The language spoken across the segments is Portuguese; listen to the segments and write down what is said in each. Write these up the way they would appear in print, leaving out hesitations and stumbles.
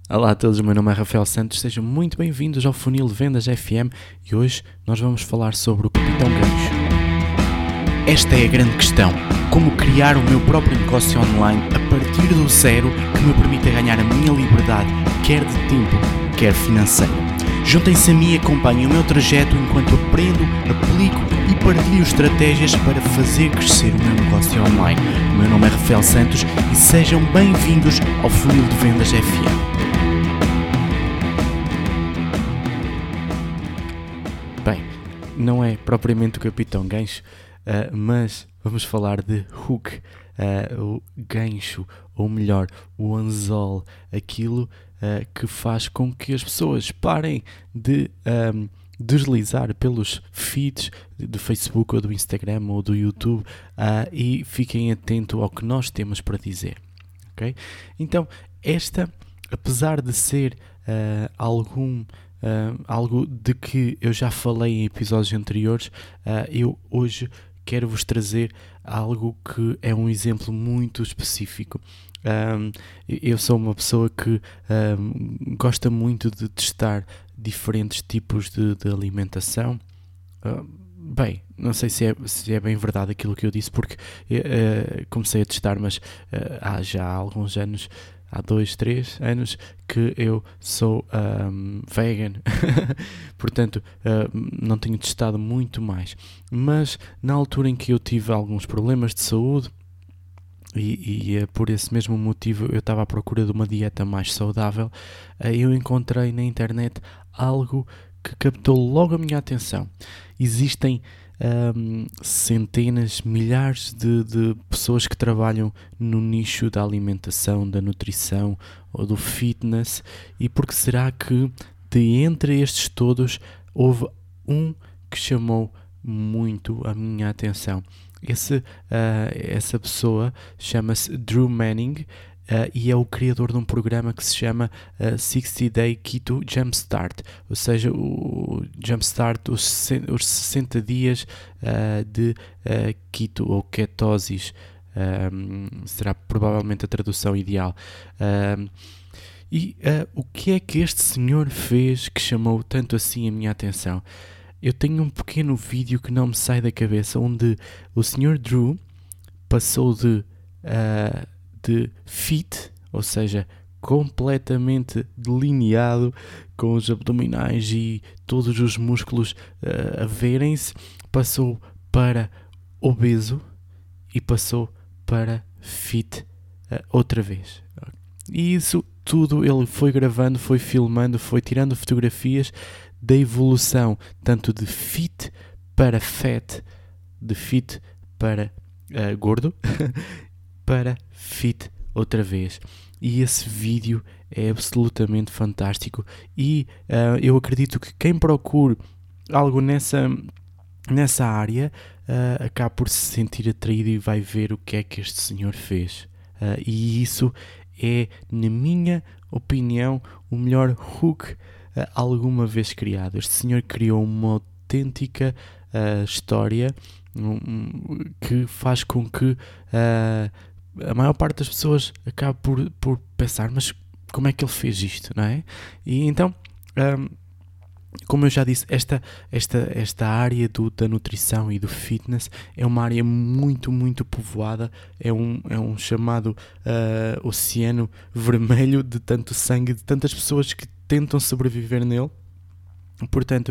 Olá a todos, o meu nome é Rafael Santos, sejam muito bem-vindos ao Funil de Vendas FM e hoje nós vamos falar sobre o Capitão Gancho. Esta é a grande questão, como criar o meu próprio negócio online a partir do zero que me permita ganhar a minha liberdade, quer de tempo, quer financeira. Juntem-se a mim e acompanhem o meu trajeto enquanto aprendo, aplico e partilho estratégias para fazer crescer o meu negócio online. O meu nome é Rafael Santos e sejam bem-vindos ao Funil de Vendas FM. Bem, não é propriamente o Capitão Gancho, mas vamos falar de hook, o gancho, ou melhor, o anzol, aquilo que faz com que as pessoas parem de deslizar pelos feeds do Facebook ou do Instagram ou do YouTube e fiquem atentos ao que nós temos para dizer. Okay? Então, esta, apesar de ser algo de que eu já falei em episódios anteriores, eu hoje quero-vos trazer algo que é um exemplo muito específico. Eu sou uma pessoa que gosta muito de testar diferentes tipos de alimentação. Bem, não sei se é bem verdade aquilo que eu disse, porque comecei a testar, mas há já alguns anos, há 2, 3 anos que eu sou vegan, portanto não tenho testado muito mais, mas na altura em que eu tive alguns problemas de saúde e por esse mesmo motivo eu estava à procura de uma dieta mais saudável, eu encontrei na internet algo que captou logo a minha atenção. Existem centenas, milhares de pessoas que trabalham no nicho da alimentação, da nutrição ou do fitness, e por que será que de entre estes todos houve um que chamou muito a minha atenção? Essa pessoa chama-se Drew Manning, e é o criador de um programa que se chama 60 Day Keto Jumpstart, ou seja, o Jumpstart, os 60 dias de keto ou ketosis, será provavelmente a tradução ideal. O que é que este senhor fez que chamou tanto assim a minha atenção? Eu tenho um pequeno vídeo que não me sai da cabeça, onde o Sr. Drew passou de fit, ou seja, completamente delineado, com os abdominais e todos os músculos a verem-se, passou para obeso e passou para fit outra vez. E isso tudo ele foi gravando, foi filmando, foi tirando fotografias da evolução, tanto de fit para fat, de fit para gordo, para fit outra vez. E esse vídeo é absolutamente fantástico e eu acredito que quem procure algo nessa área acaba por se sentir atraído e vai ver o que é que este senhor fez. E isso é, na minha opinião, o melhor hook alguma vez criado. Este senhor criou uma autêntica história que faz com que a maior parte das pessoas acabe por pensar, mas como é que ele fez isto, não é? E então, como eu já disse, esta área da nutrição e do fitness é uma área muito, muito povoada, é um chamado oceano vermelho de tanto sangue, de tantas pessoas que tentam sobreviver nele. Portanto,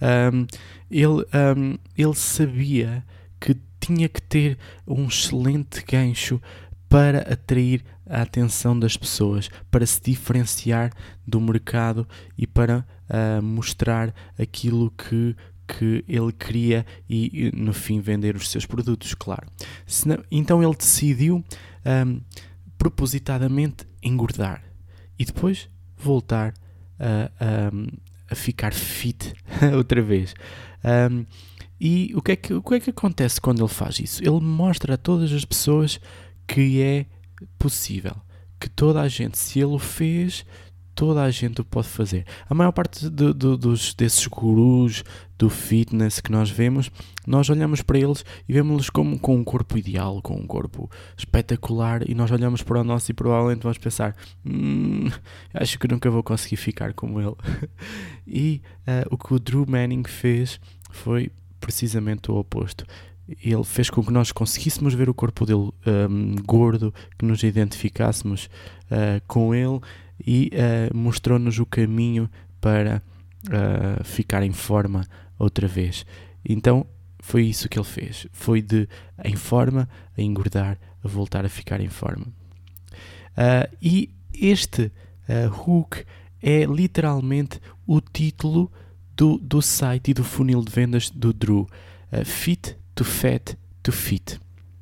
ele sabia que tinha que ter um excelente gancho para atrair a atenção das pessoas, para se diferenciar do mercado e para mostrar aquilo que ele queria e no fim vender os seus produtos, claro. Então ele decidiu propositadamente engordar e depois voltar a ficar fit outra vez. E o que é que acontece quando ele faz isso? Ele mostra a todas as pessoas que é possível, que toda a gente, se ele o fez, toda a gente o pode fazer. A maior parte desses gurus do fitness que nós vemos, nós olhamos para eles e vemos-los como com um corpo ideal, com um corpo espetacular, e nós olhamos para o nosso e provavelmente vamos pensar, acho que nunca vou conseguir ficar como ele. E o que o Drew Manning fez foi precisamente o oposto. Ele fez com que nós conseguíssemos ver o corpo dele gordo, que nos identificássemos com ele, e mostrou-nos o caminho para ficar em forma outra vez. Então foi isso que ele fez, foi de em forma a engordar, a voltar a ficar em forma. E este hook é literalmente o título do site e do funil de vendas do Drew, Fit to Fat to Fit.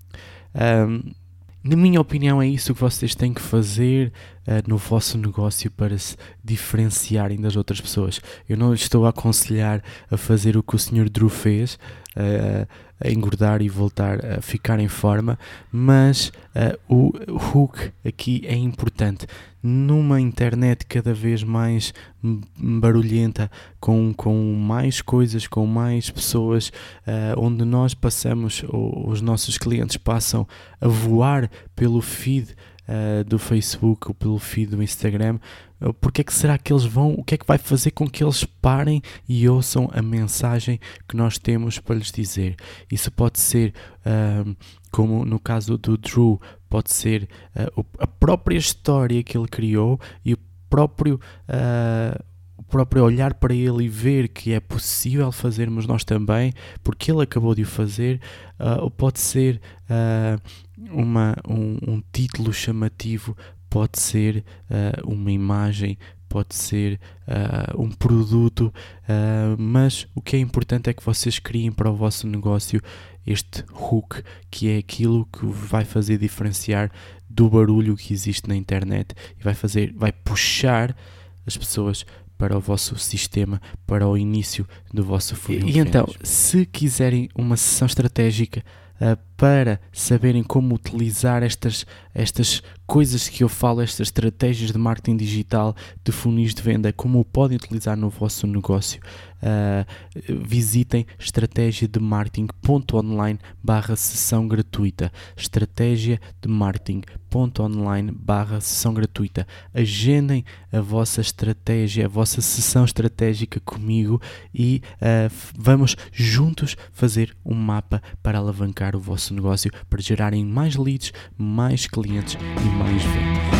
Na minha opinião, é isso que vocês têm que fazer no vosso negócio para se diferenciarem das outras pessoas. Eu não lhes estou a aconselhar a fazer o que o Sr. Drew fez, a engordar e voltar a ficar em forma, mas o hook aqui é importante. Numa internet cada vez mais barulhenta, com mais coisas, com mais pessoas, onde nós passamos, os nossos clientes passam a voar pelo feed do Facebook ou pelo feed do Instagram, porque é que será que eles vão, o que é que vai fazer com que eles parem e ouçam a mensagem que nós temos para lhes dizer? Isso pode ser, como no caso do Drew, pode ser a própria história que ele criou e o próprio olhar para ele e ver que é possível fazermos nós também, porque ele acabou de o fazer, ou pode ser um título chamativo, pode ser uma imagem, pode ser um produto, mas o que é importante é que vocês criem para o vosso negócio este hook, que é aquilo que vai fazer diferenciar do barulho que existe na internet e vai puxar as pessoas para o vosso sistema, para o início do vosso funil. E então, se quiserem uma sessão estratégica para saberem como utilizar estas coisas que eu falo, estas estratégias de marketing digital, de funis de venda, como o podem utilizar no vosso negócio, visitem estrategiademarketing.online/sessão gratuita. estrategiademarketing.online/sessão gratuita. Agendem a vossa estratégia, a vossa sessão estratégica comigo e vamos juntos fazer um mapa para alavancar o vosso negócio, para gerarem mais leads, mais clientes e mais vendas.